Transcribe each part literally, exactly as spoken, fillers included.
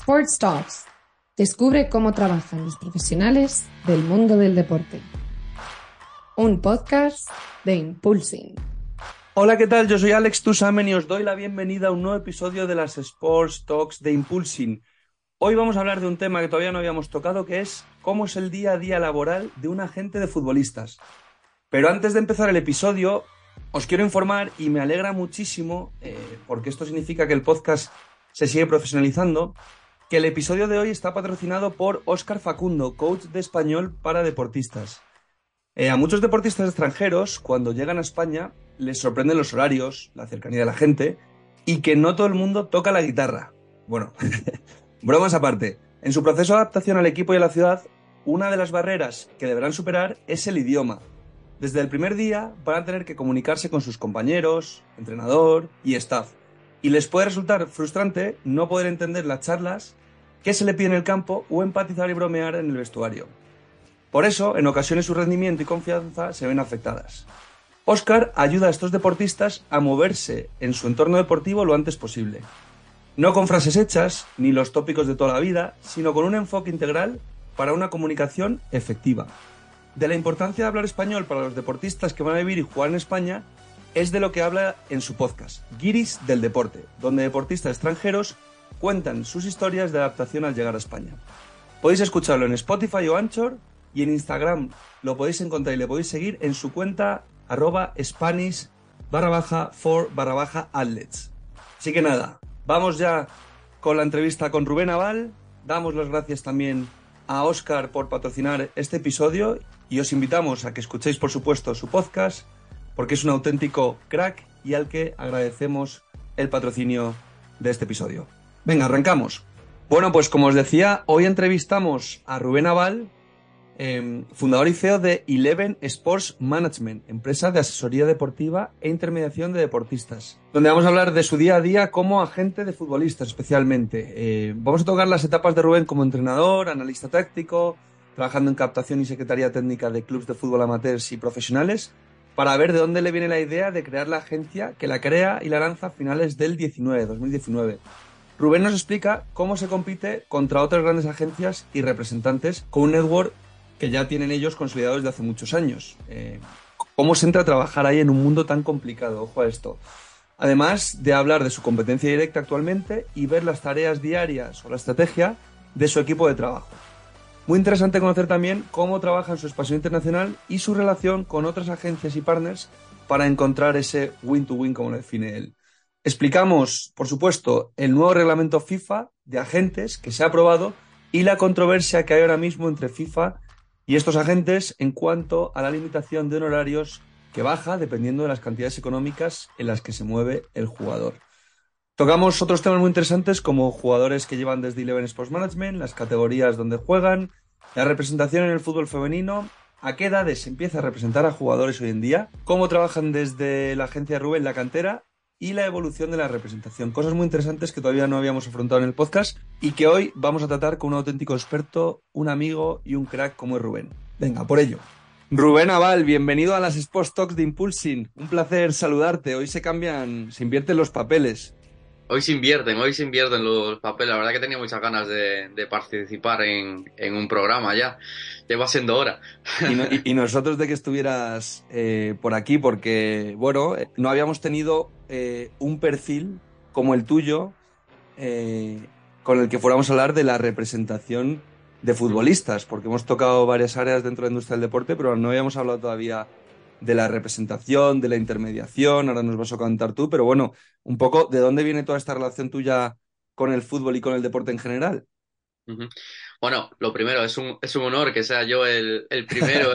Sports Talks. Descubre cómo trabajan los profesionales del mundo del deporte. Un podcast de Impulsing. Hola, ¿qué tal? Yo soy Alex Tusamen y os doy la bienvenida a un nuevo episodio de las Sports Talks de Impulsing. Hoy vamos a hablar de un tema que todavía no habíamos tocado, que es cómo es el día a día laboral de un agente de futbolistas. Pero antes de empezar el episodio, os quiero informar y me alegra muchísimo, eh, porque esto significa que el podcast se sigue profesionalizando, que el episodio de hoy está patrocinado por Óscar Facundo, coach de español para deportistas. Eh, a muchos deportistas extranjeros, cuando llegan a España, les sorprenden los horarios, la cercanía de la gente y que no todo el mundo toca la guitarra. Bueno, bromas aparte, en su proceso de adaptación al equipo y a la ciudad, una de las barreras que deberán superar es el idioma. Desde el primer día van a tener que comunicarse con sus compañeros, entrenador y staff. Y les puede resultar frustrante no poder entender las charlas que se le pide en el campo o empatizar y bromear en el vestuario. Por eso, en ocasiones su rendimiento y confianza se ven afectadas. Óscar ayuda a estos deportistas a moverse en su entorno deportivo lo antes posible. No con frases hechas, ni los tópicos de toda la vida, sino con un enfoque integral para una comunicación efectiva. De la importancia de hablar español para los deportistas que van a vivir y jugar en España es de lo que habla en su podcast, Guiris del Deporte, donde deportistas extranjeros cuentan sus historias de adaptación al llegar a España. Podéis escucharlo en Spotify o Anchor y en Instagram lo podéis encontrar y le podéis seguir en su cuenta arroba Spanish barra baja for barra baja athletes. Así que nada, vamos ya con la entrevista con Rubén Abal. Damos las gracias también a Óscar por patrocinar este episodio y os invitamos a que escuchéis, por supuesto, su podcast, porque es un auténtico crack y al que agradecemos el patrocinio de este episodio. Venga, arrancamos. Bueno, pues como os decía, hoy entrevistamos a Rubén Abal, eh, fundador y C E O de Eleven Sports Management, empresa de asesoría deportiva e intermediación de deportistas, donde vamos a hablar de su día a día como agente de futbolistas especialmente. Eh, vamos a tocar las etapas de Rubén como entrenador, analista táctico, trabajando en captación y secretaría técnica de clubes de fútbol amateurs y profesionales, para ver de dónde le viene la idea de crear la agencia que la crea y la lanza a finales del dos mil diecinueve. Rubén nos explica cómo se compite contra otras grandes agencias y representantes con un network que ya tienen ellos consolidados desde hace muchos años. Eh, cómo se entra a trabajar ahí en un mundo tan complicado, ojo a esto. Además de hablar de su competencia directa actualmente y ver las tareas diarias o la estrategia de su equipo de trabajo. Muy interesante conocer también cómo trabaja en su expansión internacional y su relación con otras agencias y partners para encontrar ese win-to-win, como lo define él. Explicamos, por supuesto, el nuevo reglamento FIFA de agentes que se ha aprobado y la controversia que hay ahora mismo entre FIFA y estos agentes en cuanto a la limitación de honorarios que baja dependiendo de las cantidades económicas en las que se mueve el jugador. Tocamos otros temas muy interesantes como jugadores que llevan desde Eleven Sports Management, las categorías donde juegan, la representación en el fútbol femenino, a qué edades se empieza a representar a jugadores hoy en día, cómo trabajan desde la agencia Rubén la cantera y la evolución de la representación. Cosas muy interesantes que todavía no habíamos afrontado en el podcast y que hoy vamos a tratar con un auténtico experto, un amigo y un crack como es Rubén. Venga, por ello. Rubén Abal, bienvenido a las Sports Talks de Impulsing. Un placer saludarte. Hoy se cambian, se invierten los papeles. Hoy se invierten, hoy se invierten los papeles. La verdad que tenía muchas ganas de, de participar en, en un programa ya. Lleva siendo hora. Y, no, y, y nosotros de que estuvieras eh, por aquí, porque, bueno, no habíamos tenido eh, un perfil como el tuyo eh, con el que fuéramos a hablar de la representación de futbolistas, porque hemos tocado varias áreas dentro de la industria del deporte, pero no habíamos hablado todavía de la representación, de la intermediación. Ahora nos vas a contar tú, pero bueno, un poco, ¿de dónde viene toda esta relación tuya con el fútbol y con el deporte en general? Uh-huh. Bueno, lo primero, es un, es un honor que sea yo el, el primero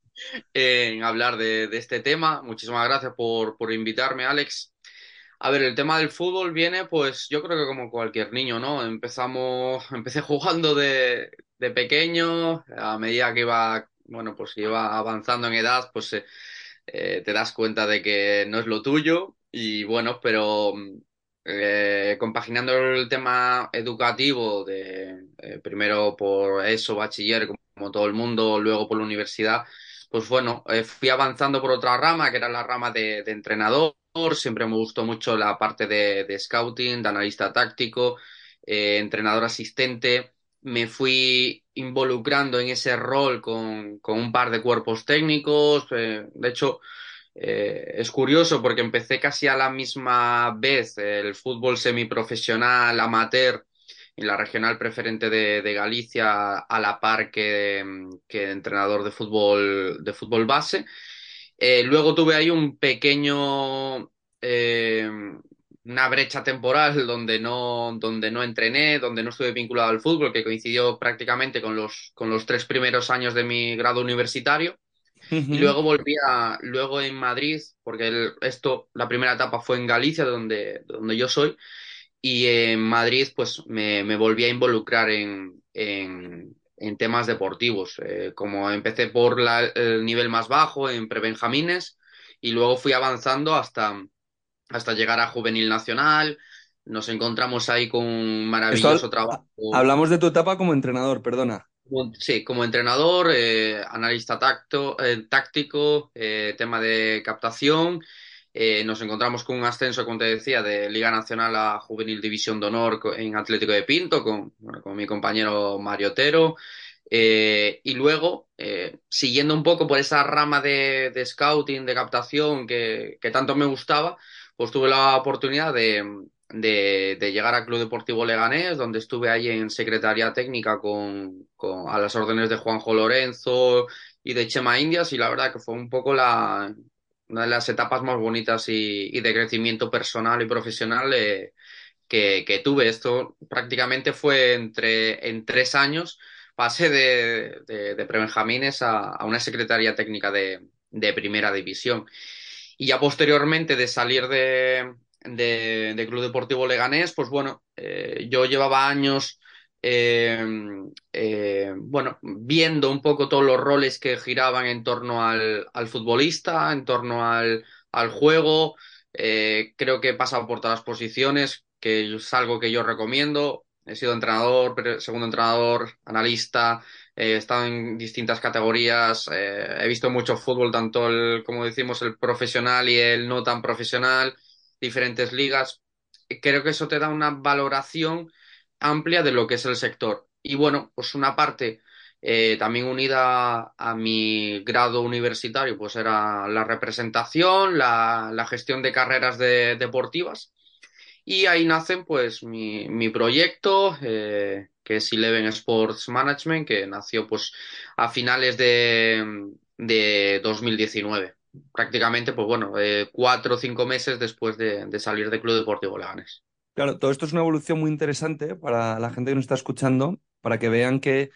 en hablar de, de este tema. Muchísimas gracias por, por invitarme, Alex. A ver, el tema del fútbol viene, pues yo creo que como cualquier niño, ¿no? Empezamos, empecé jugando de, de pequeño, a medida que iba, bueno, pues iba avanzando en edad, pues eh, eh, te das cuenta de que no es lo tuyo y bueno, pero eh, compaginando el tema educativo de eh, primero por eso, bachiller, como, como todo el mundo, luego por la universidad, pues bueno, eh, fui avanzando por otra rama, que era la rama de, de entrenador. Siempre me gustó mucho la parte de, de scouting, de analista táctico eh, entrenador asistente. Me fui involucrando en ese rol con, con un par de cuerpos técnicos. Eh, de hecho, eh, es curioso porque empecé casi a la misma vez el fútbol semiprofesional amateur y la regional preferente de, de Galicia a la par que, que entrenador de fútbol, de fútbol base. Eh, luego tuve ahí un pequeño, eh, una brecha temporal donde no, donde no entrené, donde no estuve vinculado al fútbol, que coincidió prácticamente con los, con los tres primeros años de mi grado universitario. Y Ujú. luego volví a, luego en Madrid, porque el- esto, la primera etapa fue en Galicia, donde, donde yo soy, y en Madrid pues me, me volví a involucrar en, en, en temas deportivos. Eh, como empecé por la- el nivel más bajo, en prebenjamines, y luego fui avanzando hasta, hasta llegar a Juvenil Nacional. Nos encontramos ahí con un Esto maravilloso al- trabajo. a- hablamos de tu etapa como entrenador, perdona. Como- Sí, como entrenador, eh, analista tacto, eh, táctico, eh, tema de captación. Eh, nos encontramos con un ascenso, como te decía, de Liga Nacional a Juvenil División de Honor co- en Atlético de Pinto, con, bueno, con mi compañero Mario Otero. Eh, y luego, eh, siguiendo un poco por esa rama de, de scouting, de captación que, que tanto me gustaba, pues tuve la oportunidad de, de, de llegar al Club Deportivo Leganés, donde estuve ahí en secretaría técnica con, con- a las órdenes de Juanjo Lorenzo y de Chema Indias, y la verdad que fue un poco la, una de las etapas más bonitas y, y de crecimiento personal y profesional eh, que, que tuve. Esto prácticamente fue entre en tres años, pasé de, de, de prebenjamines a, a una secretaría técnica de, de primera división. Y ya posteriormente de salir de, de, de Club Deportivo Leganés, pues bueno, eh, yo llevaba años, eh, eh, bueno, viendo un poco todos los roles que giraban en torno al, al futbolista, en torno al, al juego. Eh, creo que he pasado por todas las posiciones, que es algo que yo recomiendo. He sido entrenador, pre- segundo entrenador, analista, eh, he estado en distintas categorías, eh, he visto mucho fútbol, tanto el, como decimos, el profesional y el no tan profesional, diferentes ligas. Creo que eso te da una valoración amplia de lo que es el sector. Y bueno, pues una parte eh, también unida a mi grado universitario, pues era la representación, la, la gestión de carreras de- deportivas. Y ahí nacen pues mi, mi proyecto, eh, que es Eleven Sports Management, que nació pues a finales de, de dos mil diecinueve. Prácticamente, pues bueno, eh, cuatro o cinco meses después de, de salir del Club Deportivo Leganés. Claro, todo esto es una evolución muy interesante para la gente que nos está escuchando, para que vean que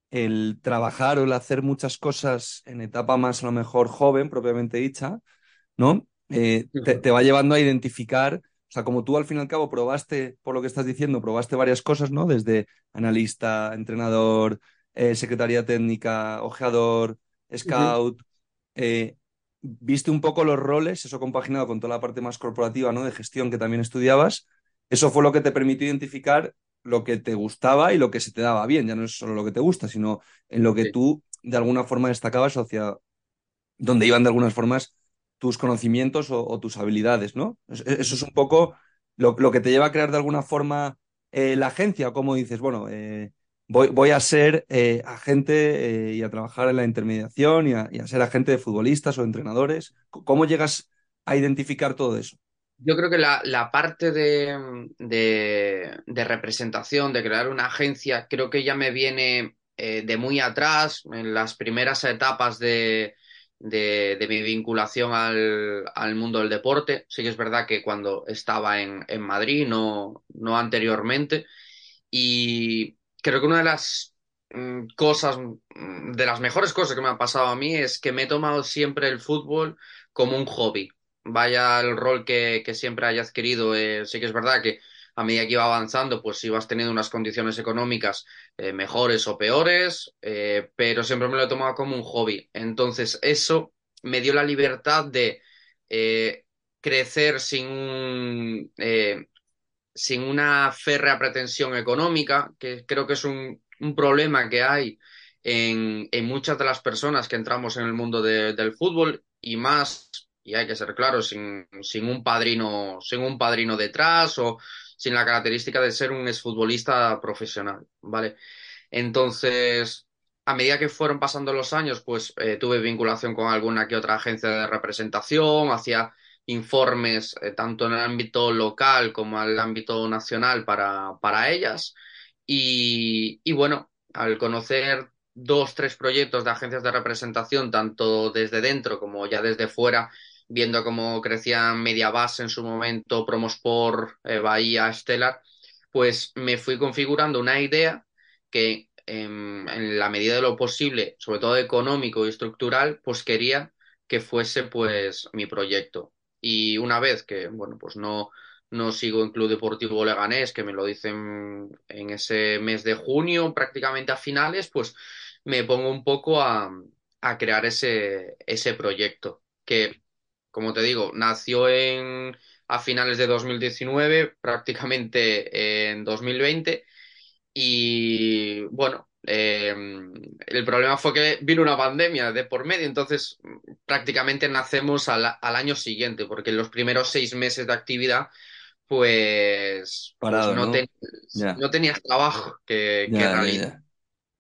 el trabajar o el hacer muchas cosas en etapa más a lo mejor joven, propiamente dicha, ¿no? Eh, te, Ujú. te va llevando a identificar, o sea, como tú al fin y al cabo probaste, por lo que estás diciendo, probaste varias cosas, ¿no? Desde analista, entrenador, eh, secretaría técnica, ojeador, Ujú. scout, eh, viste un poco los roles, eso compaginado con toda la parte más corporativa, ¿no? De gestión que también estudiabas, eso fue lo que te permitió identificar lo que te gustaba y lo que se te daba bien, ya no es solo lo que te gusta, sino en lo que Sí, tú de alguna forma destacabas hacia donde iban de algunas formas tus conocimientos o, o tus habilidades, ¿no? Es- Eso es un poco lo, lo que te lleva a crear de alguna forma eh, la agencia, o como dices, bueno, eh, voy, voy a ser eh, agente eh, y a trabajar en la intermediación y a, y a ser agente de futbolistas o entrenadores. C- ¿Cómo llegas a identificar todo eso? yo creo que la, la parte de, de, de representación, de crear una agencia, creo que ya me viene eh, de muy atrás, en las primeras etapas de, de, de mi vinculación al, al mundo del deporte. Sí que es verdad que cuando estaba en, en Madrid, no, no anteriormente. Y creo que una de las mm, cosas, mm, de las mejores cosas que me ha pasado a mí es que me he tomado siempre el fútbol como un hobby. Vaya el rol que, que siempre haya adquirido. Eh, sí que es verdad que a medida que iba avanzando, pues ibas teniendo unas condiciones económicas eh, mejores o peores, eh, pero siempre me lo he tomado como un hobby. Entonces, eso me dio la libertad de eh, crecer sin un, eh, sin una férrea pretensión económica, que creo que es un, un problema que hay en, en, muchas de las personas que entramos en el mundo de, del fútbol y más, y hay que ser claro, sin, sin, un padrino, sin un padrino detrás o sin la característica de ser un exfutbolista profesional, ¿vale? Entonces, a medida que fueron pasando los años, pues eh, tuve vinculación con alguna que otra agencia de representación, hacía informes eh, tanto en el ámbito local como en el ámbito nacional para, para ellas. Y, y bueno, al conocer dos, tres proyectos de agencias de representación, tanto desde dentro como ya desde fuera, viendo cómo crecían Mediabase en su momento, Promosport, eh, Bahía, Stellar, pues me fui configurando una idea que en, en la medida de lo posible, sobre todo económico y estructural, pues quería que fuese pues mi proyecto. Y una vez que, bueno, pues no, no sigo en Club Deportivo Leganés, que me lo dicen en ese mes de junio, prácticamente a finales, pues me pongo un poco a, a crear ese, ese proyecto, que, como te digo, nació en, a finales de dos mil diecinueve, prácticamente en dos mil veinte, y bueno, eh, el problema fue que vino una pandemia de por medio, entonces prácticamente nacemos al, al año siguiente, porque en los primeros seis meses de actividad, pues, pues Parado, no, ¿no? tenías, Ya, no tenías trabajo que, que ya, ya, realizar. ya.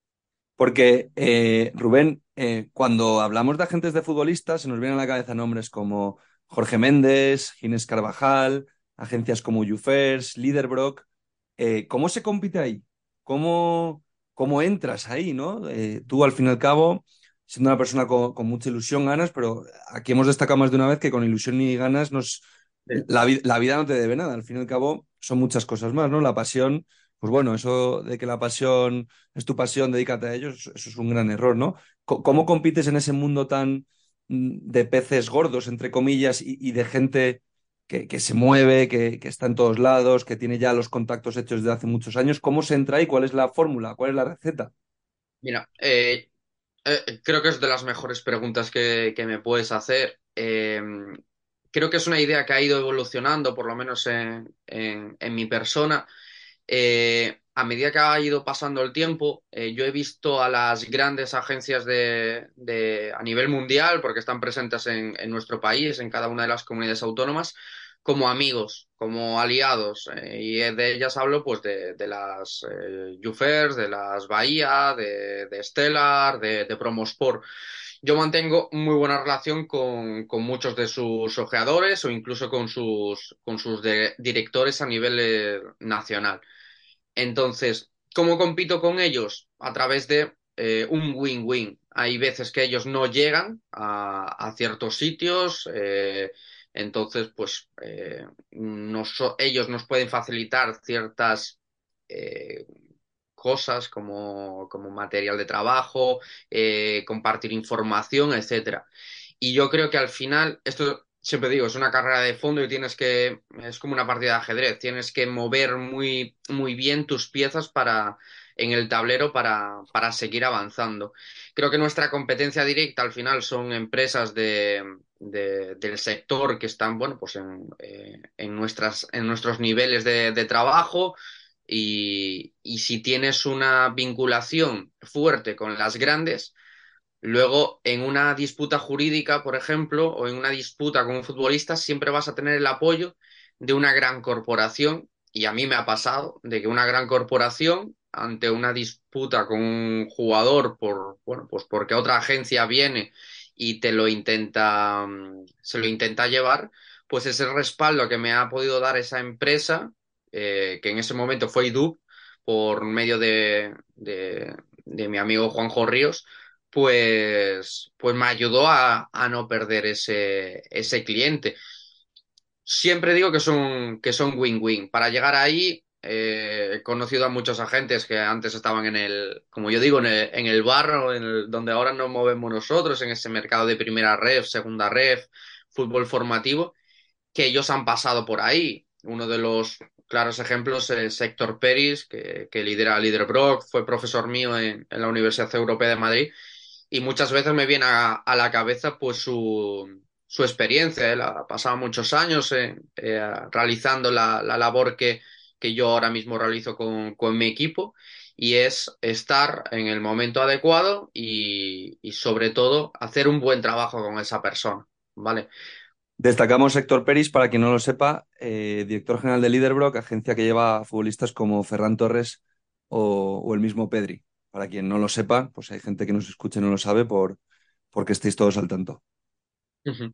Porque, eh, Rubén, eh, cuando hablamos de agentes de futbolistas, se nos vienen a la cabeza nombres como Jorge Méndez, Ginés Carvajal, agencias como YouFirst, Liderbrock. Eh, ¿cómo se compite ahí? ¿Cómo, cómo entras ahí, ¿no? Eh, tú, al fin y al cabo, siendo una persona con, con mucha ilusión, ganas, pero aquí hemos destacado más de una vez que con ilusión y ganas nos, la, vi- la vida no te debe nada. Al fin y al cabo, son muchas cosas más, ¿no? La pasión, pues bueno, eso de que la pasión es tu pasión, dedícate a ellos, eso es un gran error, ¿no? Co- ¿Cómo compites en ese mundo tan mm, de peces gordos, entre comillas, y, y de gente que, que se mueve, que, que está en todos lados, que tiene ya los contactos hechos desde hace muchos años? ¿Cómo se entra ahí? ¿Cuál es la fórmula? ¿Cuál es la receta? Mira, eh, eh, creo que es de las mejores preguntas que, que me puedes hacer. Eh, creo que es una idea que ha ido evolucionando, por lo menos en, en- en mi persona. Eh, a medida que ha ido pasando el tiempo, eh, yo he visto a las grandes agencias de, de- a nivel mundial, porque están presentes en, en nuestro país, en cada una de las comunidades autónomas, como amigos, como aliados. Eh, y de ellas hablo pues de, de las eh, YouFirst, de las Bahía, de, de Stellar, de, de Promosport. Yo mantengo muy buena relación con, con muchos de sus ojeadores o incluso con sus, con sus de- directores a nivel eh, nacional. Entonces, ¿cómo compito con ellos? A través de eh, un win-win. Hay veces que ellos no llegan a, a ciertos sitios, eh, entonces, pues eh, nos- ellos nos pueden facilitar ciertas eh, cosas como, como material de trabajo, eh, compartir información, etcétera. Y yo creo que al final, esto siempre digo, es una carrera de fondo y tienes que, es como una partida de ajedrez, tienes que mover muy, muy bien tus piezas para, en el tablero para, para seguir avanzando. Creo que nuestra competencia directa al final son empresas de, de- del sector que están, bueno, pues en, eh, en nuestras, en nuestros niveles de, de trabajo. Y, y si tienes una vinculación fuerte con las grandes, luego, en una disputa jurídica, por ejemplo, o en una disputa con un futbolista, siempre vas a tener el apoyo de una gran corporación. Y a mí me ha pasado de que una gran corporación, ante una disputa con un jugador por, bueno, pues porque otra agencia viene y te lo intenta, mm, se lo intenta llevar, pues ese respaldo que me ha podido dar esa empresa, eh, que en ese momento fue IDUB, por medio de, de de mi amigo Juanjo Ríos, pues, pues me ayudó a, a no perder ese, ese cliente. Siempre digo que son, que son win-win. Para llegar ahí, eh, he conocido a muchos agentes que antes estaban en el, como yo digo, en el, en el barro, en el- donde ahora nos movemos nosotros, en ese mercado de primera ref, segunda ref, fútbol formativo, que ellos han pasado por ahí. Uno de los claros ejemplos es Héctor Peris, que, que lidera Liderbrock, fue profesor mío en, en la Universidad Europea de Madrid, y muchas veces me viene a, a la cabeza pues su, su experiencia. Él ha pasado muchos años eh, eh, realizando la, la labor que, que yo ahora mismo realizo con, con mi equipo, y es estar en el momento adecuado y, y sobre todo hacer un buen trabajo con esa persona, ¿vale? Destacamos Héctor Peris, para quien no lo sepa, eh, director general de Liderbrock, agencia que lleva a futbolistas como Ferran Torres o, o el mismo Pedri. Para quien no lo sepa, pues hay gente que nos escuche y no lo sabe por, porque estéis todos al tanto. Ujú.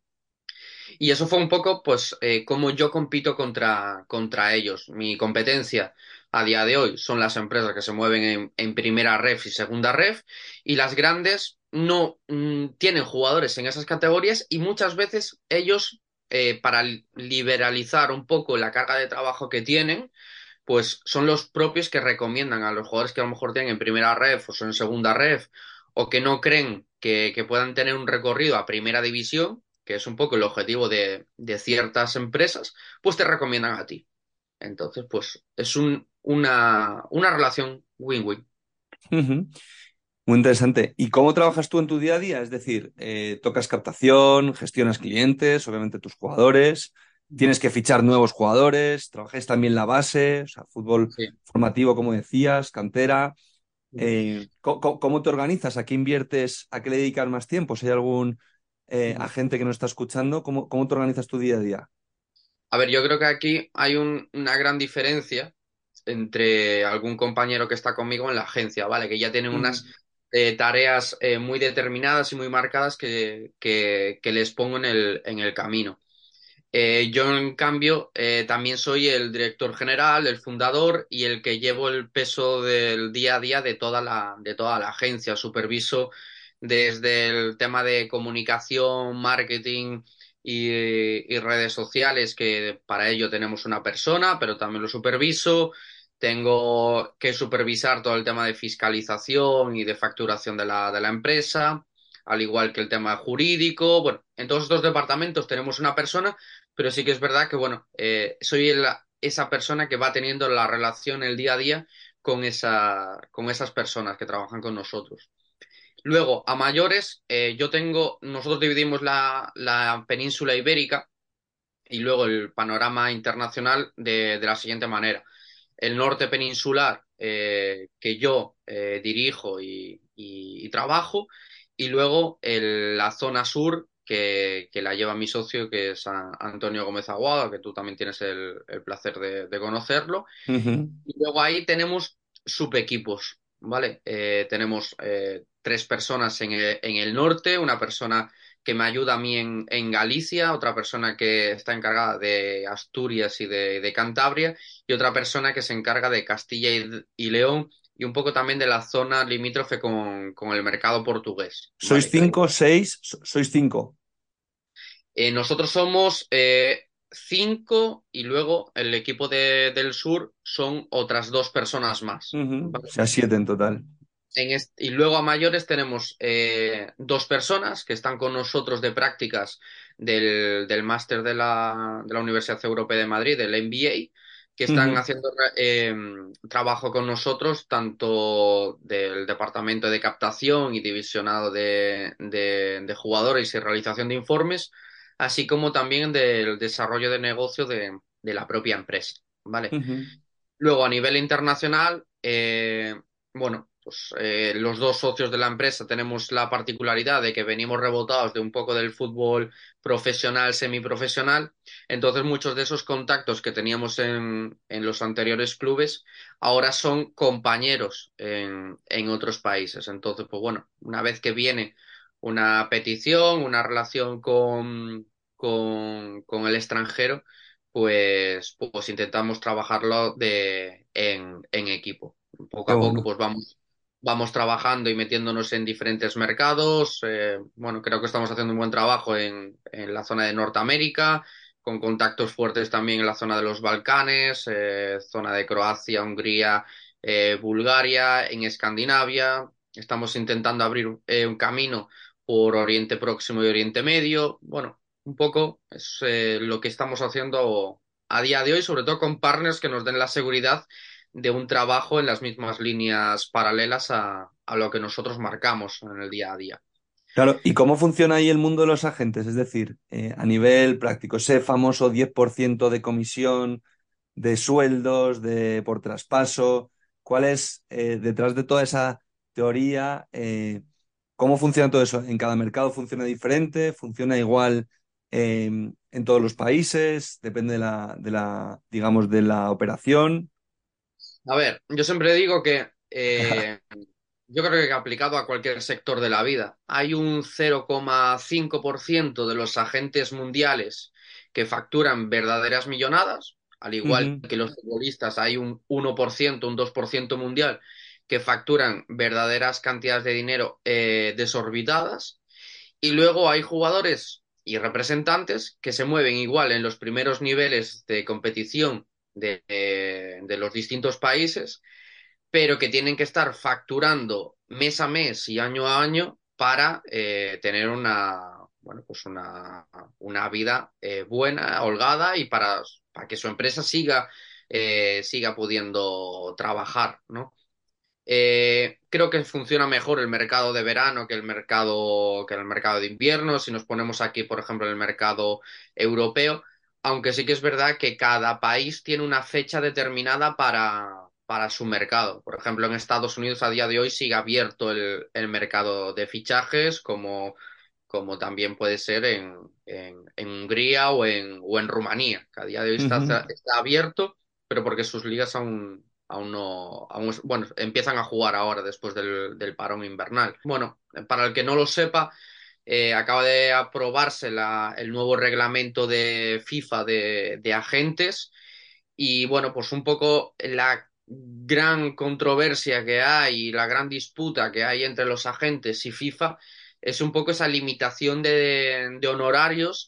Y eso fue un poco, pues, eh, cómo yo compito contra, contra ellos. Mi competencia a día de hoy son las empresas que se mueven en, en primera ref y segunda ref, y las grandes no mm, tienen jugadores en esas categorías y muchas veces ellos, eh, para li- liberalizar un poco la carga de trabajo que tienen, pues son los propios que recomiendan a los jugadores que a lo mejor tienen en primera ref o son en segunda ref o que no creen que, que puedan tener un recorrido a primera división, que es un poco el objetivo de, de ciertas empresas, pues te recomiendan a ti. Entonces, pues es un, una, una relación win-win. Ujú. Muy interesante. ¿Y cómo trabajas tú en tu día a día? Es decir, eh, tocas captación, gestionas clientes, obviamente tus jugadores, tienes que fichar nuevos jugadores, trabajáis también la base, o sea, fútbol Sí. formativo, como decías, cantera. Eh, ¿cómo, cómo- cómo te organizas? ¿A qué inviertes? ¿A qué le dedicas más tiempo? Si hay algún eh, agente que nos está escuchando, ¿cómo, cómo te organizas tu día a día? A ver, yo creo que aquí hay un- una gran diferencia entre algún compañero que está conmigo en la agencia, ¿vale? Que ya tienen Ujú. unas eh, tareas eh, muy determinadas y muy marcadas que, que- que les pongo en el, en el camino. Eh, yo, en cambio, eh, también soy el director general, el fundador y el que llevo el peso del día a día de toda la, de toda la agencia. Superviso desde el tema de comunicación, marketing y, y redes sociales, que para ello tenemos una persona, pero también lo superviso. Tengo que supervisar todo el tema de fiscalización y de facturación de la, de la empresa, al igual que el tema jurídico. Bueno, en todos estos departamentos tenemos una persona, pero sí que es verdad que, bueno, eh, soy el- esa persona que va teniendo la relación el día a día con esa, con esas personas que trabajan con nosotros. Luego, a mayores, eh, yo tengo, nosotros dividimos la, la península ibérica y luego el panorama internacional de, de la siguiente manera. El norte peninsular, eh, que yo eh, dirijo y, y- y trabajo, y luego el- la zona sur, que, que la lleva mi socio, que es a- Antonio Gómez Aguado, que tú también tienes el, el placer de, de conocerlo. Ujú. Y luego ahí tenemos subequipos, ¿vale? Eh, tenemos eh, tres personas en el, en el norte, una persona que me ayuda a mí en, en Galicia, otra persona que está encargada de Asturias y de, de Cantabria, y otra persona que se encarga de Castilla y, y León y un poco también de la zona limítrofe con, con el mercado portugués, ¿Sois ¿vale? Que cinco, seis? So- Sois cinco. Eh, nosotros somos eh, cinco y luego el equipo de- del sur son otras dos personas más, Ujú. O ¿vale? sea, siete en total. En est- y luego a mayores tenemos eh, dos personas que están con nosotros de prácticas del, del máster de la, de la Universidad Europea de Madrid, del M B A, que están Ujú. haciendo eh, trabajo con nosotros, tanto del departamento de captación y divisionado de, de- de jugadores y realización de informes, así como también del desarrollo de negocio de, de la propia empresa, ¿vale? Ujú. Luego, a nivel internacional, eh, bueno, pues eh, los dos socios de la empresa tenemos la particularidad de que venimos rebotados de un poco del fútbol profesional, semiprofesional. Entonces, muchos de esos contactos que teníamos en, en los anteriores clubes ahora son compañeros en, en otros países. Entonces, pues bueno, una vez que viene una petición, una relación con, con, con el extranjero, pues, pues intentamos trabajarlo de, en, en equipo. Poco Qué a poco, bueno. pues vamos, vamos trabajando y metiéndonos en diferentes mercados. Eh, bueno, creo que estamos haciendo un buen trabajo en, en la zona de Norteamérica, con contactos fuertes también en la zona de los Balcanes, eh, zona de Croacia, Hungría, eh, Bulgaria, en Escandinavia. Estamos intentando abrir eh, un camino por Oriente Próximo y Oriente Medio. Bueno, un poco es eh, lo que estamos haciendo a día de hoy, sobre todo con partners que nos den la seguridad de un trabajo en las mismas líneas paralelas a, a lo que nosotros marcamos en el día a día. Claro, ¿y cómo funciona ahí el mundo de los agentes? Es decir, eh, a nivel práctico, ese famoso diez por ciento de comisión, de sueldos, de por traspaso, ¿cuál es, eh, detrás de toda esa teoría, eh, cómo funciona todo eso? ¿En cada mercado funciona diferente? ¿Funciona igual eh, en todos los países, depende de la, de la, digamos, de la operación. A ver, yo siempre digo que eh, yo creo que aplicado a cualquier sector de la vida, hay un cero coma cinco por ciento de los agentes mundiales que facturan verdaderas millonadas, al igual Ujú, que los futbolistas, hay un uno por ciento, un dos por ciento mundial que facturan verdaderas cantidades de dinero eh, desorbitadas, y luego hay jugadores y representantes que se mueven igual en los primeros niveles de competición de, de de los distintos países, pero que tienen que estar facturando mes a mes y año a año para eh, tener una, bueno, pues una, una vida eh, buena, holgada, y para, para que su empresa siga, eh, siga pudiendo trabajar, ¿no? Eh, creo que funciona mejor el mercado de verano que el mercado, que el mercado de invierno. Si nos ponemos aquí, por ejemplo, en el mercado europeo, aunque sí que es verdad que cada país tiene una fecha determinada para, para su mercado. Por ejemplo, en Estados Unidos a día de hoy sigue abierto el, el mercado de fichajes, como, como también puede ser en, en, en Hungría o en, o en Rumanía, que a día de hoy está, ujú. está abierto, pero porque sus ligas aún, aún no, aún es- bueno, empiezan a jugar ahora después del, del parón invernal. Bueno, para el que no lo sepa, eh, acaba de aprobarse la- el nuevo reglamento de FIFA de, de agentes, y bueno, pues un poco la gran controversia que hay, la gran disputa que hay entre los agentes y FIFA es un poco esa limitación de, de honorarios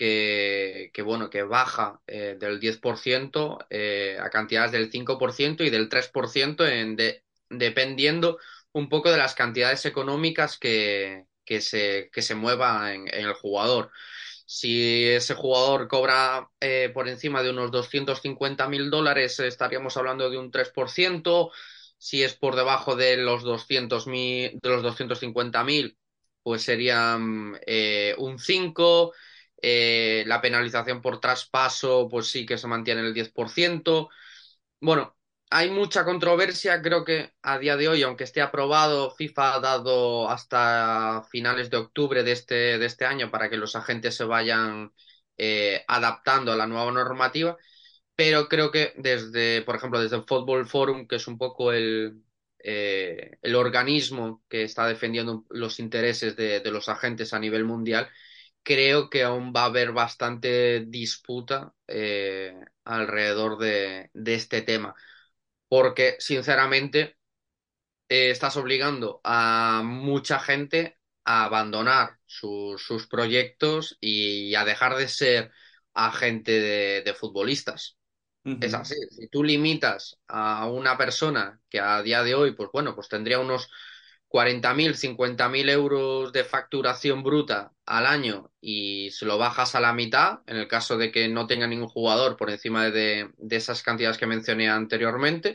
que, que, bueno, que baja eh, del diez por ciento eh, a cantidades del cinco por ciento y del tres por ciento en de- dependiendo un poco de las cantidades económicas que, que se, que se mueva en, en el jugador. Si ese jugador cobra eh, por encima de unos doscientos cincuenta mil dólares, eh, estaríamos hablando de un tres por ciento. Si es por debajo de los doscientos mil, de los doscientos cincuenta mil, pues serían eh, un cinco por ciento. Eh, la penalización por traspaso, pues sí que se mantiene en el diez por ciento. Bueno, hay mucha controversia. Creo que a día de hoy, aunque esté aprobado, FIFA ha dado hasta finales de octubre de este, de este año para que los agentes se vayan eh, adaptando a la nueva normativa, pero creo que desde, por ejemplo, desde el Football Forum, que es un poco el, eh, el organismo que está defendiendo los intereses de, de los agentes a nivel mundial, creo que aún va a haber bastante disputa eh, alrededor de, de este tema, porque sinceramente eh, estás obligando a mucha gente a abandonar sus, sus proyectos y a dejar de ser agente de, de futbolistas. Es Ujú. así. Si tú limitas a una persona que a día de hoy, pues bueno, pues tendría unos cuarenta mil, cincuenta mil euros de facturación bruta al año, y se lo bajas a la mitad, en el caso de que no tenga ningún jugador por encima de, de esas cantidades que mencioné anteriormente,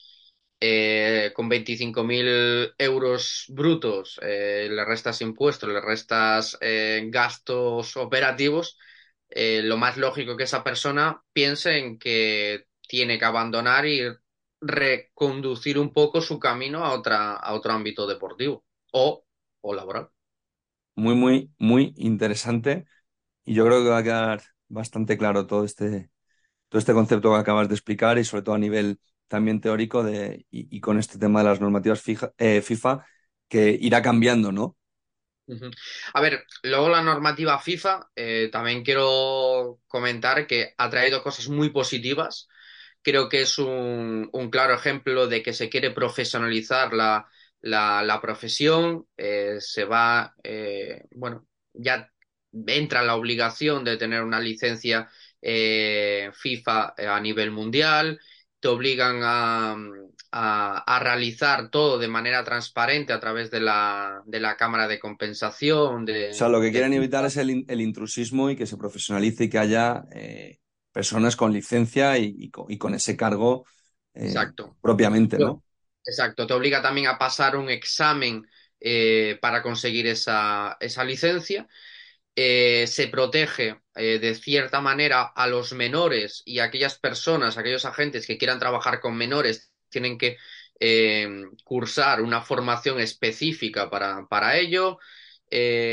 eh, con veinticinco mil euros brutos, eh, le restas impuestos, le restas eh, gastos operativos, eh, lo más lógico que esa persona piense en que tiene que abandonar y reconducir un poco su camino a otra, a otro ámbito deportivo o, o laboral. Muy, muy, muy interesante. Y yo creo que va a quedar bastante claro todo este, todo este concepto que acabas de explicar y sobre todo a nivel también teórico de, y, y con este tema de las normativas fija- eh, FIFA que irá cambiando, ¿no? Ujú. A ver, luego la normativa FIFA, eh, también quiero comentar que ha traído cosas muy positivas. Creo que es un, un claro ejemplo de que se quiere profesionalizar la, la, la profesión. Eh, se va, eh, bueno, ya entra la obligación de tener una licencia eh, FIFA a nivel mundial. Te obligan a, a, a realizar todo de manera transparente a través de la, de la cámara de compensación O sea, de, lo que de quieren evitar FIFA. es el, in- el intrusismo y que se profesionalice y que haya eh, personas con licencia y, y co- y con ese cargo eh, Exacto. propiamente, ¿no? Exacto, te obliga también a pasar un examen eh, para conseguir esa, esa licencia. Eh, se protege eh, de cierta manera a los menores, y aquellas personas, aquellos agentes que quieran trabajar con menores tienen que eh, cursar una formación específica para, para ello. Eh,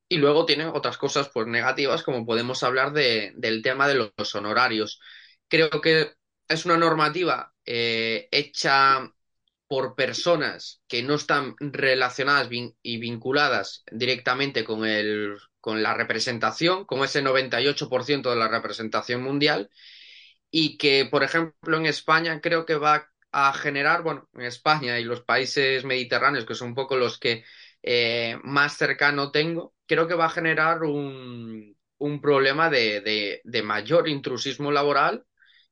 Y luego tiene otras cosas pues negativas, como podemos hablar de, del tema de los honorarios. Creo que es una normativa eh, hecha por personas que no están relacionadas vin- y vinculadas directamente con el, con la representación, con ese noventa y ocho por ciento de la representación mundial, y que, por ejemplo, en España creo que va a generar, bueno, en España y los países mediterráneos, que son un poco los que eh, más cercano tengo, creo que va a generar un, un problema de, de- de mayor intrusismo laboral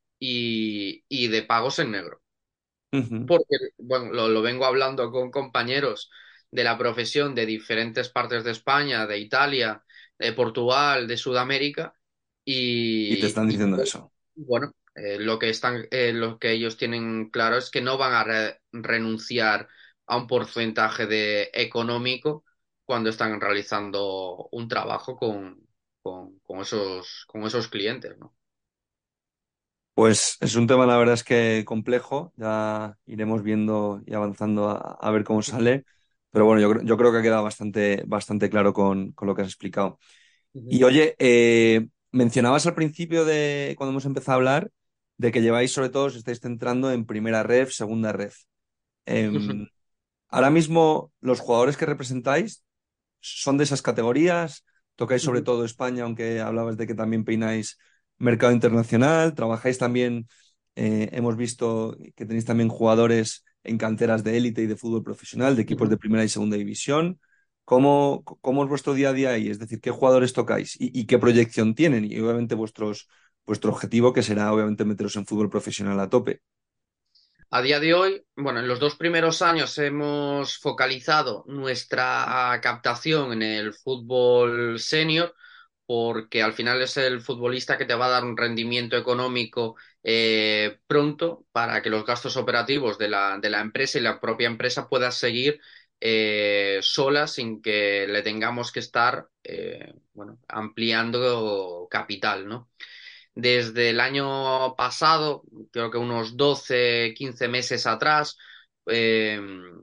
y, y de pagos en negro. Ujú. Porque, bueno, lo, lo vengo hablando con compañeros de la profesión de diferentes partes de España, de Italia, de Portugal, de Sudamérica, Y te y, están y, diciendo eso. bueno, eh, lo que están, eh, lo que ellos tienen claro es que no van a re- renunciar a un porcentaje de económico cuando están realizando un trabajo con, con, con esos, con esos clientes, ¿no? Pues es un tema, la verdad es que complejo. Ya iremos viendo y avanzando a, a ver cómo sale. Pero bueno, yo, creo- yo creo que ha quedado bastante, bastante claro con, con lo que has explicado. Ujú. Y oye, eh, mencionabas al principio de cuando hemos empezado a hablar de que lleváis sobre todo, os estáis centrando en primera ref, segunda ref. Em, Ahora mismo los jugadores que representáis son de esas categorías, tocáis sobre todo España, aunque hablabas de que también peináis mercado internacional, trabajáis también, eh, hemos visto que tenéis también jugadores en canteras de élite y de fútbol profesional, de equipos de primera y segunda división. ¿Cómo, cómo es vuestro día a día ahí? Es decir, ¿qué jugadores tocáis y, y qué proyección tienen? Y obviamente vuestros, vuestro objetivo, que será obviamente meteros en fútbol profesional a tope. A día de hoy, bueno, en los dos primeros años hemos focalizado nuestra captación en el fútbol senior, porque al final es el futbolista que te va a dar un rendimiento económico eh, pronto para que los gastos operativos de la, de la empresa y la propia empresa puedan seguir eh, sola sin que le tengamos que estar eh, bueno, ampliando capital, ¿no? Desde el año pasado, creo que unos doce quince meses atrás, eh,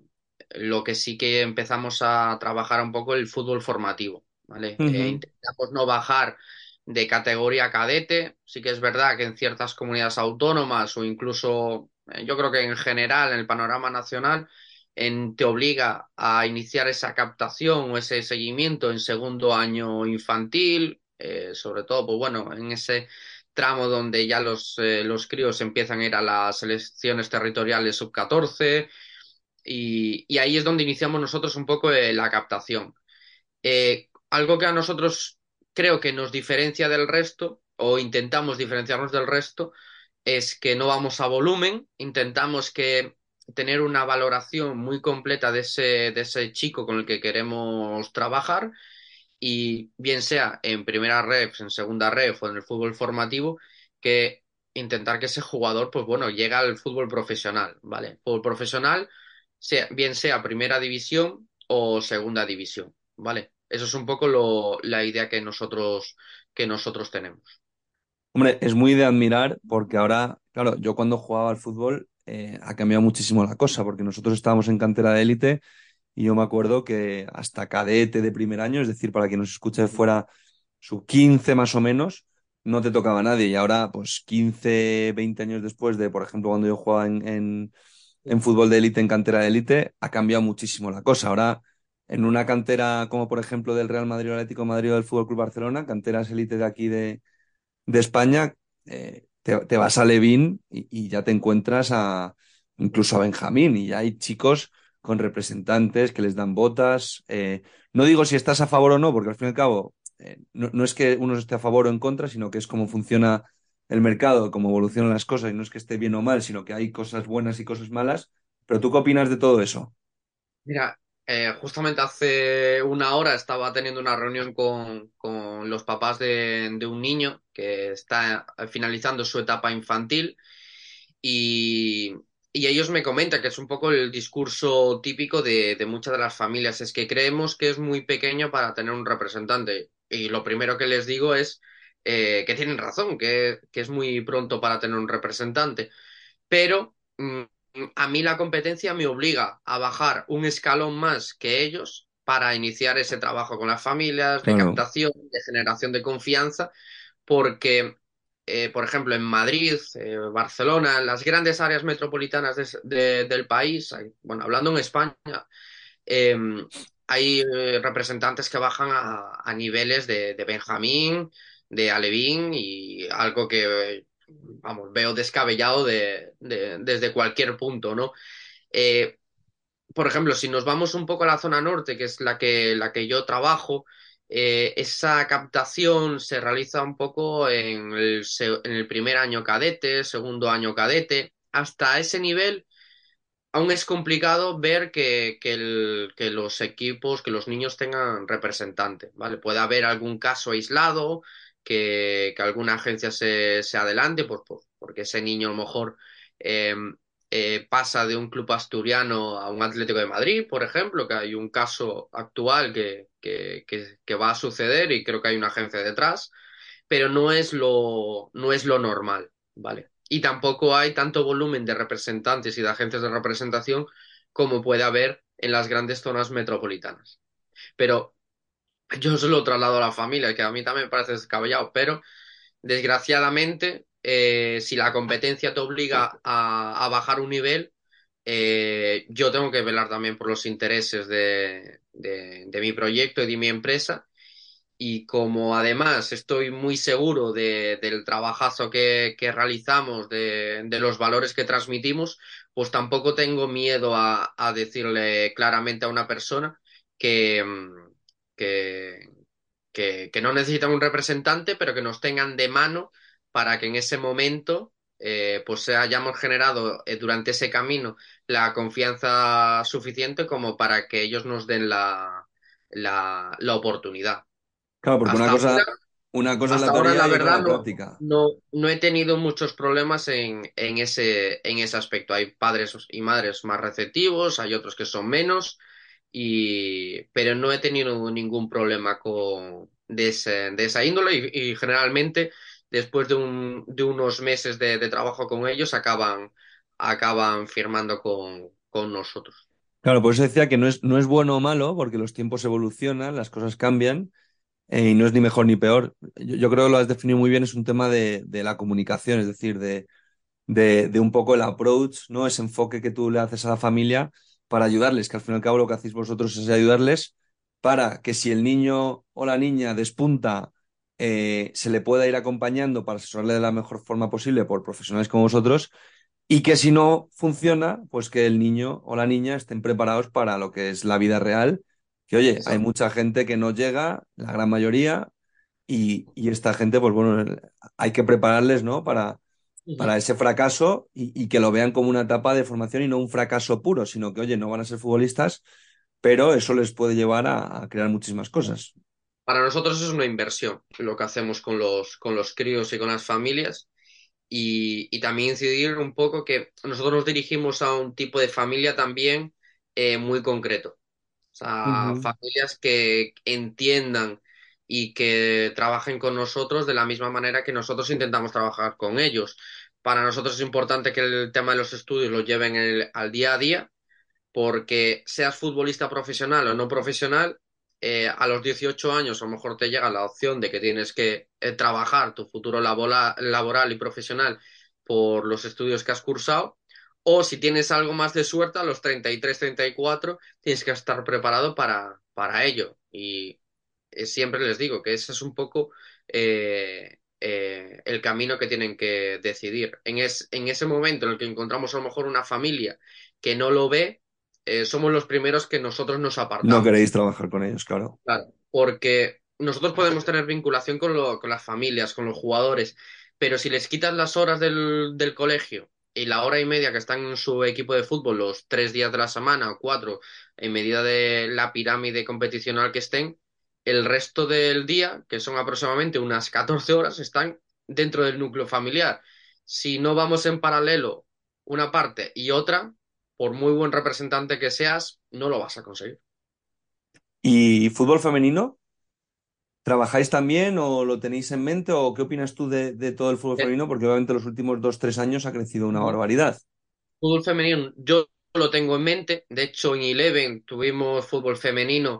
lo que sí que empezamos a trabajar un poco el fútbol formativo, ¿vale? Eh, Ujú, intentamos no bajar de categoría cadete. Sí que es verdad que en ciertas comunidades autónomas o incluso, eh, yo creo que en general, en el panorama nacional, en- te obliga a iniciar esa captación o ese seguimiento en segundo año infantil, eh, sobre todo, pues bueno, en ese tramo donde ya los, eh, los críos empiezan a ir a las selecciones territoriales sub catorce y, y ahí es donde iniciamos nosotros un poco eh, la captación. Eh, algo que a nosotros creo que nos diferencia del resto, o intentamos diferenciarnos del resto, es que no vamos a volumen, intentamos que tener una valoración muy completa de ese, de ese chico con el que queremos trabajar y bien sea en primera ref, en segunda ref o en el fútbol formativo, que intentar que ese jugador, pues bueno, llegue al fútbol profesional, ¿vale? Fútbol profesional, sea, bien sea primera división o segunda división, ¿vale? Eso es un poco lo, la idea que nosotros, que nosotros tenemos. hombre, es muy de admirar porque ahora, claro, yo cuando jugaba al fútbol eh, ha cambiado muchísimo la cosa porque nosotros estábamos en cantera de élite y yo me acuerdo que hasta cadete de primer año, es decir, para quien nos escuche de fuera, sub quince más o menos, no te tocaba nadie. Y ahora, pues quince veinte años después de, por ejemplo, cuando yo jugaba en, en, en fútbol de élite, en cantera de élite, ha cambiado muchísimo la cosa. Ahora, en una cantera como por ejemplo del Real Madrid o Atlético de Madrid o del Fútbol Club Barcelona, canteras élite de aquí de de España, eh, te, te vas a Levín y, y ya te encuentras a incluso a Benjamín y ya hay chicos con representantes que les dan botas. Eh, no digo si estás a favor o no, porque al fin y al cabo eh, no, no es que uno esté a favor o en contra, sino que es cómo funciona el mercado, cómo evolucionan las cosas y no es que esté bien o mal, sino que hay cosas buenas y cosas malas. Pero ¿tú qué opinas de todo eso? Mira, eh, justamente hace una hora estaba teniendo una reunión con, con los papás de, de un niño que está finalizando su etapa infantil y, y ellos me comentan que es un poco el discurso típico de, de muchas de las familias, es que creemos que es muy pequeño para tener un representante. Y lo primero que les digo es eh, que tienen razón, que, que es muy pronto para tener un representante. Pero mm, a mí la competencia me obliga a bajar un escalón más que ellos para iniciar ese trabajo con las familias, de Claro, captación, de generación de confianza, porque, eh, por ejemplo, en Madrid, eh, Barcelona, en las grandes áreas metropolitanas de- de- del país, hay- bueno, hablando en España, eh, hay eh, representantes que bajan a, a niveles de, de Benjamín, de Alevín y algo que, eh, vamos, veo descabellado de, de- desde cualquier punto, ¿no? Eh, por ejemplo, si nos vamos un poco a la zona norte, que es la que, la que yo trabajo, eh, esa captación se realiza un poco en el, se- en el primer año cadete, segundo año cadete. Hasta ese nivel, aún es complicado ver que, que el- que los equipos, que los niños tengan representante, ¿vale? Puede haber algún caso aislado, que, que alguna agencia se, se adelante, pues, pues, porque ese niño a lo mejor eh, eh, pasa de un club asturiano a un Atlético de Madrid, por ejemplo, que hay un caso actual que, que, que, que va a suceder y creo que hay una agencia detrás, pero no es lo, no es lo normal, ¿vale? Y tampoco hay tanto volumen de representantes y de agentes de representación como puede haber en las grandes zonas metropolitanas. Pero yo se lo traslado a la familia, que a mí también me parece descabellado, pero desgraciadamente, eh, si la competencia te obliga a, a bajar un nivel, eh, yo tengo que velar también por los intereses de, de, de mi proyecto y de mi empresa y como además estoy muy seguro de- del trabajazo que, que realizamos, de, de los valores que transmitimos, pues tampoco tengo miedo a, a decirle claramente a una persona que, mm, que, que, que no necesitan un representante, pero que nos tengan de mano para que en ese momento eh, pues hayamos generado eh, durante ese camino la confianza suficiente como para que ellos nos den la, la la oportunidad. claro, porque una Hasta ahora, cosa, una cosa es la hasta ahora, teoría la y otra verdad, la no, práctica. no, no he tenido muchos problemas en, en ese, en ese aspecto. Hay padres y madres más receptivos, hay otros que son menos, y, pero no he tenido ningún problema con, de, ese- de esa índole y, y generalmente después de, un, de unos meses de, de trabajo con ellos acaban, acaban firmando con, con nosotros. Claro, por eso decía que no es, no es bueno o malo, porque los tiempos evolucionan, las cosas cambian, eh, y no es ni mejor ni peor. Yo, yo creo que lo has definido muy bien, es un tema de, de la comunicación, es decir, de, de, de un poco el approach, ¿no? Ese enfoque que tú le haces a la familia para ayudarles, que al fin y al cabo lo que hacéis vosotros es ayudarles para que si el niño o la niña despunta, eh, se le pueda ir acompañando para asesorarle de la mejor forma posible por profesionales como vosotros y que si no funciona, pues que el niño o la niña estén preparados para lo que es la vida real, que oye, hay Exacto. mucha gente que no llega, la gran mayoría, y, y esta gente, pues bueno, hay que prepararles, ¿no? Para para ese fracaso y, y que lo vean como una etapa de formación y no un fracaso puro, sino que, oye, no van a ser futbolistas, pero eso les puede llevar a, a crear muchísimas cosas. Para nosotros es una inversión lo que hacemos con los, con los críos y con las familias y, y también incidir un poco que nosotros nos dirigimos a un tipo de familia también eh, muy concreto. O sea, Ujú. familias que entiendan y que trabajen con nosotros de la misma manera que nosotros intentamos trabajar con ellos. Para nosotros es importante que el tema de los estudios lo lleven el- al día a día porque seas futbolista profesional o no profesional, eh, a los dieciocho años a lo mejor te llega la opción de que tienes que eh, trabajar tu futuro laboral, laboral y profesional por los estudios que has cursado, o si tienes algo más de suerte, a los treinta treinta y tres treinta y cuatro tienes que estar preparado para, para ello. Y eh, siempre les digo que ese es un poco eh, eh, el camino que tienen que decidir. En, es, en ese momento en el que encontramos a lo mejor una familia que no lo ve, eh, somos los primeros que nosotros nos No apartamos. queréis trabajar con ellos, claro. Claro, porque nosotros podemos tener vinculación con, lo- con las familias, con los jugadores, pero si les quitas las horas del, del colegio y la hora y media que están en su equipo de fútbol, los tres días de la semana o cuatro, en medida de la pirámide competicional que estén, el resto del día, que son aproximadamente unas catorce horas, están dentro del núcleo familiar. Si no vamos en paralelo una parte y otra, por muy buen representante que seas, no lo vas a conseguir. ¿Y fútbol femenino? ¿Trabajáis también o lo tenéis en mente o qué opinas tú de, de todo el fútbol Eh, femenino? Porque obviamente los últimos dos, tres años ha crecido una barbaridad. Fútbol femenino, yo lo tengo en mente. De hecho, en Eleven tuvimos fútbol femenino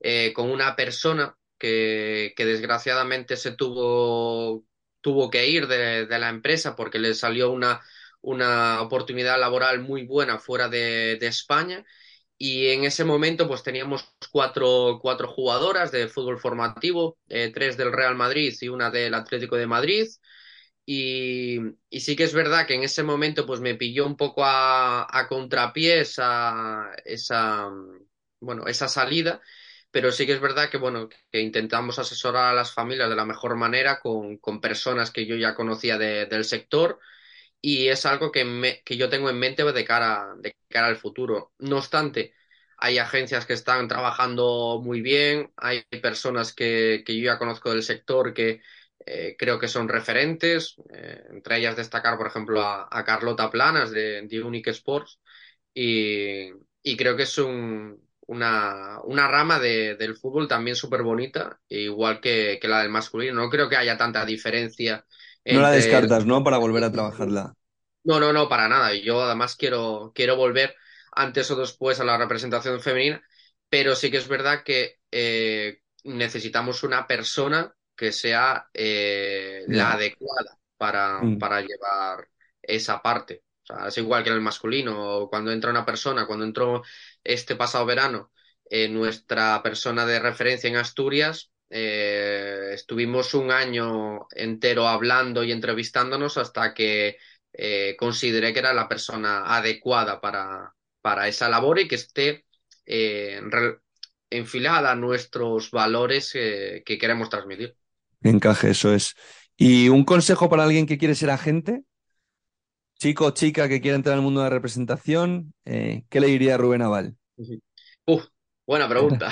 eh, con una persona que, que desgraciadamente se tuvo, tuvo que ir de, de la empresa porque le salió una, una oportunidad laboral muy buena fuera de, de España. Y en ese momento, pues teníamos cuatro, cuatro jugadoras de fútbol formativo, eh, tres del Real Madrid y una del Atlético de Madrid. Y, y sí que es verdad que en ese momento, pues me pilló un poco a, a contrapié esa, esa, bueno, esa salida. Pero sí que es verdad que, bueno, que intentamos asesorar a las familias de la mejor manera con, con personas que yo ya conocía de- del sector y es algo que, me- que yo tengo en mente de cara, de cara al futuro. No obstante, hay agencias que están trabajando muy bien, hay personas que, que yo ya conozco del sector que eh, creo que son referentes, eh, entre ellas destacar, por ejemplo, a, a Carlota Planas de, de Unique Sports y, y creo que es un, una, una rama de- del fútbol también súper bonita, igual que, que la del masculino. No creo que haya tanta diferencia No la entre el descartas, ¿no? Para volver a trabajarla. no, no, no, para nada. Yo además quiero, quiero volver antes o después a la representación femenina, pero sí que es verdad que eh, necesitamos una persona que sea eh, la Ya. adecuada para, Mm. para llevar esa parte. O sea, es igual que en el masculino. Cuando entra una persona, cuando entró este pasado verano, eh, nuestra persona de referencia en Asturias, eh, estuvimos un año entero hablando y entrevistándonos hasta que eh, consideré que era la persona adecuada para, para esa labor y que esté eh, re- enfilada a nuestros valores eh, que queremos transmitir. Encaje, eso es. ¿Y un consejo para alguien que quiere ser agente? Chico o chica que quiera entrar al mundo de la representación, eh, ¿qué le diría a Rubén Aval? Ujú. Uf, buena pregunta.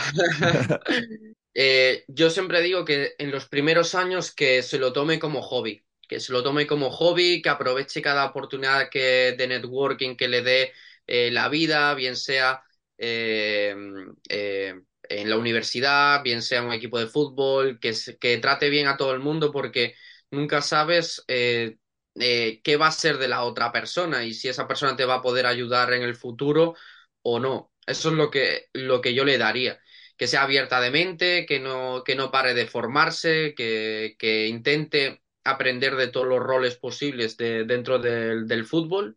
Eh, yo siempre digo que en los primeros años que se lo tome como hobby, que se lo tome como hobby, que aproveche cada oportunidad que, de networking que le dé eh, la vida, bien sea eh, eh, en la universidad, bien sea en un equipo de fútbol, que, se- que trate bien a todo el mundo porque nunca sabes eh, eh, qué va a ser de la otra persona y si esa persona te va a poder ayudar en el futuro o no. Eso es lo que, lo que yo le daría que sea abierta de mente, que no, que no pare de formarse, que, que intente aprender de todos los roles posibles de- dentro del, del fútbol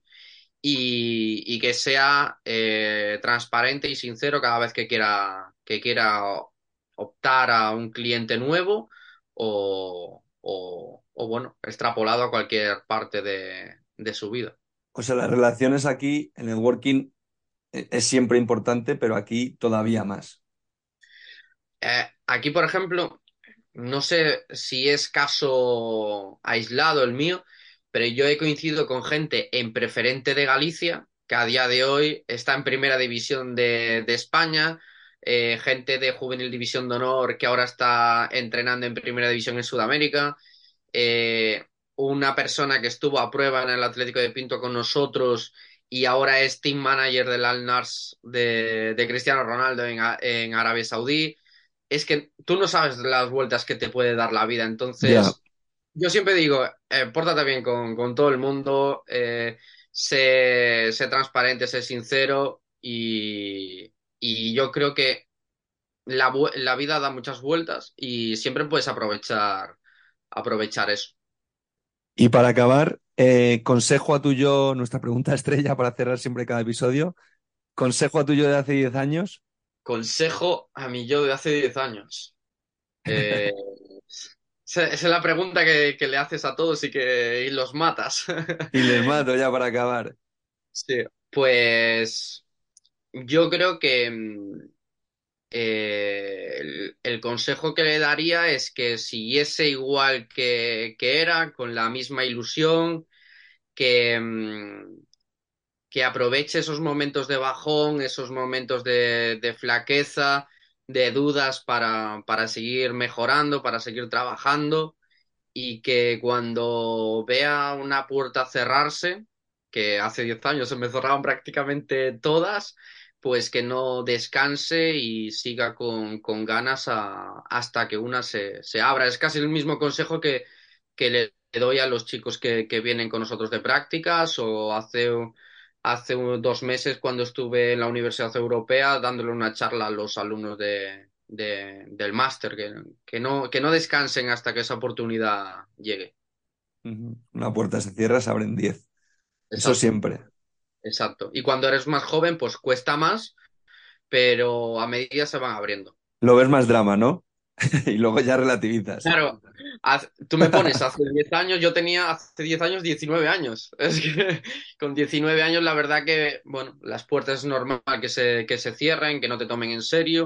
y, y que sea eh, transparente y sincero cada vez que quiera, que quiera optar a un cliente nuevo o, o, o, bueno, extrapolado a cualquier parte de, de su vida. O sea, las relaciones aquí, el networking eh, es siempre importante, pero aquí todavía más. Eh, aquí, por ejemplo, no sé si es caso aislado el mío, pero yo he coincidido con gente en preferente de Galicia, que a día de hoy está en primera división de, de España, eh, gente de Juvenil División de Honor que ahora está entrenando en primera división en Sudamérica, eh, una persona que estuvo a prueba en el Atlético de Pinto con nosotros y ahora es team manager del Al Nassr de, de Cristiano Ronaldo en, en Arabia Saudí. Es que tú no sabes las vueltas que te puede dar la vida. Ya. Entonces, yo siempre digo, eh, pórtate bien con, con todo el mundo, eh, sé, sé transparente, sé sincero y, y yo creo que la, vu- la vida da muchas vueltas y siempre puedes aprovechar, aprovechar eso. Y para acabar, eh, consejo a tu yo, nuestra pregunta estrella para cerrar siempre cada episodio. Consejo a tu yo de hace diez años Consejo a mi yo de hace diez años. Eh, esa esa es la pregunta que, que le haces a todos y que y los matas. y les mato ya para acabar. Sí, pues yo creo que mm, eh, el, el consejo que le daría es que siguiese igual que, que era, con la misma ilusión, que, mm, que aproveche esos momentos de bajón, esos momentos de, de flaqueza, de dudas para, para seguir mejorando, para seguir trabajando y que cuando vea una puerta cerrarse, que hace diez años se me cerraban prácticamente todas, pues que no descanse y siga con, con ganas a- hasta que una se, se abra. Es casi el mismo consejo que, que le doy a los chicos que, que vienen con nosotros de prácticas o hace, hace unos dos meses cuando estuve en la Universidad Europea dándole una charla a los alumnos de, de- del máster, que, que no, que no descansen hasta que esa oportunidad llegue. Ujú. Una puerta se cierra, se abren diez. Eso Exacto, siempre. exacto. Y cuando eres más joven, pues cuesta más, pero a medida se van abriendo. Lo ves más drama, ¿no? Y luego ya relativizas. Claro, haz- tú me pones hace diez años, yo tenía hace diez años diecinueve años. Es que con diecinueve años la verdad que, bueno, las puertas es normal que se, que se cierren, que no te tomen en serio,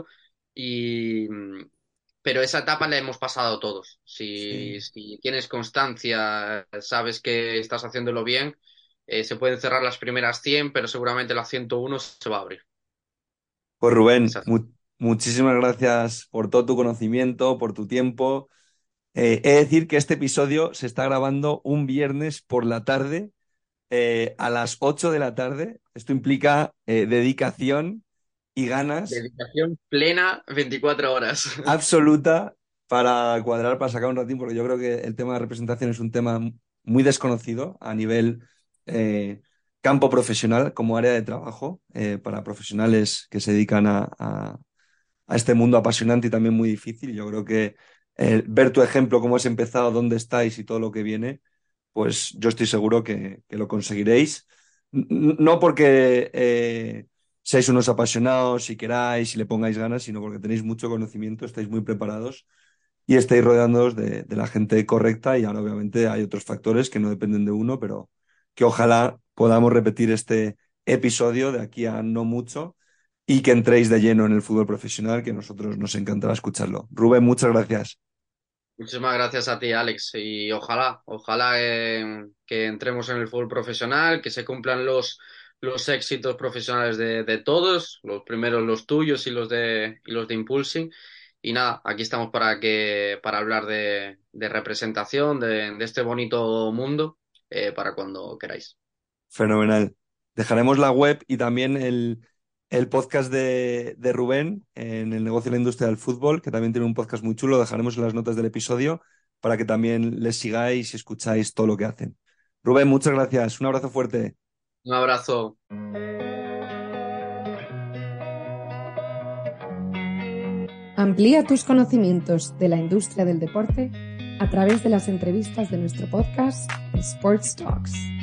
y, pero esa etapa la hemos pasado todos. Si, Sí. si tienes constancia, sabes que estás haciéndolo bien, eh, se pueden cerrar las primeras cien, pero seguramente la ciento uno se va a abrir. Pues Rubén, Esa- mu- muchísimas gracias por todo tu conocimiento, por tu tiempo. Eh, he de decir que este episodio se está grabando un viernes por la tarde, eh, a las ocho de la tarde. Esto implica eh, dedicación y ganas Dedicación plena veinticuatro horas. absoluta para cuadrar, para sacar un ratín, porque yo creo que el tema de representación es un tema muy desconocido a nivel eh, campo profesional, como área de trabajo, eh, para profesionales que se dedican a, a- a este mundo apasionante y también muy difícil. Yo creo que eh, ver tu ejemplo, cómo has empezado, dónde estáis y todo lo que viene, pues yo estoy seguro que, que lo conseguiréis. N- No porque eh, seáis unos apasionados y queráis y le pongáis ganas, sino porque tenéis mucho conocimiento, estáis muy preparados y estáis rodeándoos de, de la gente correcta. Y ahora obviamente hay otros factores que no dependen de uno, pero que ojalá podamos repetir este episodio de aquí a no mucho y que entréis de lleno en el fútbol profesional, que a nosotros nos encantará escucharlo. Rubén, muchas gracias. Muchísimas gracias a ti, Alex, y ojalá, ojalá eh, que entremos en el fútbol profesional, que se cumplan los, los éxitos profesionales de, de todos, los primeros los tuyos y los de, y los de Impulsing. Y nada, aquí estamos para que, para hablar de, de representación, de, de este bonito mundo, eh, para cuando queráis. Fenomenal. Dejaremos la web y también el, el podcast de, de Rubén en el negocio de la industria del fútbol, que también tiene un podcast muy chulo. Dejaremos en las notas del episodio para que también les sigáis y escucháis todo lo que hacen. Rubén, muchas gracias. Un abrazo fuerte. Un abrazo. Amplía tus conocimientos de la industria del deporte a través de las entrevistas de nuestro podcast Sports Talks.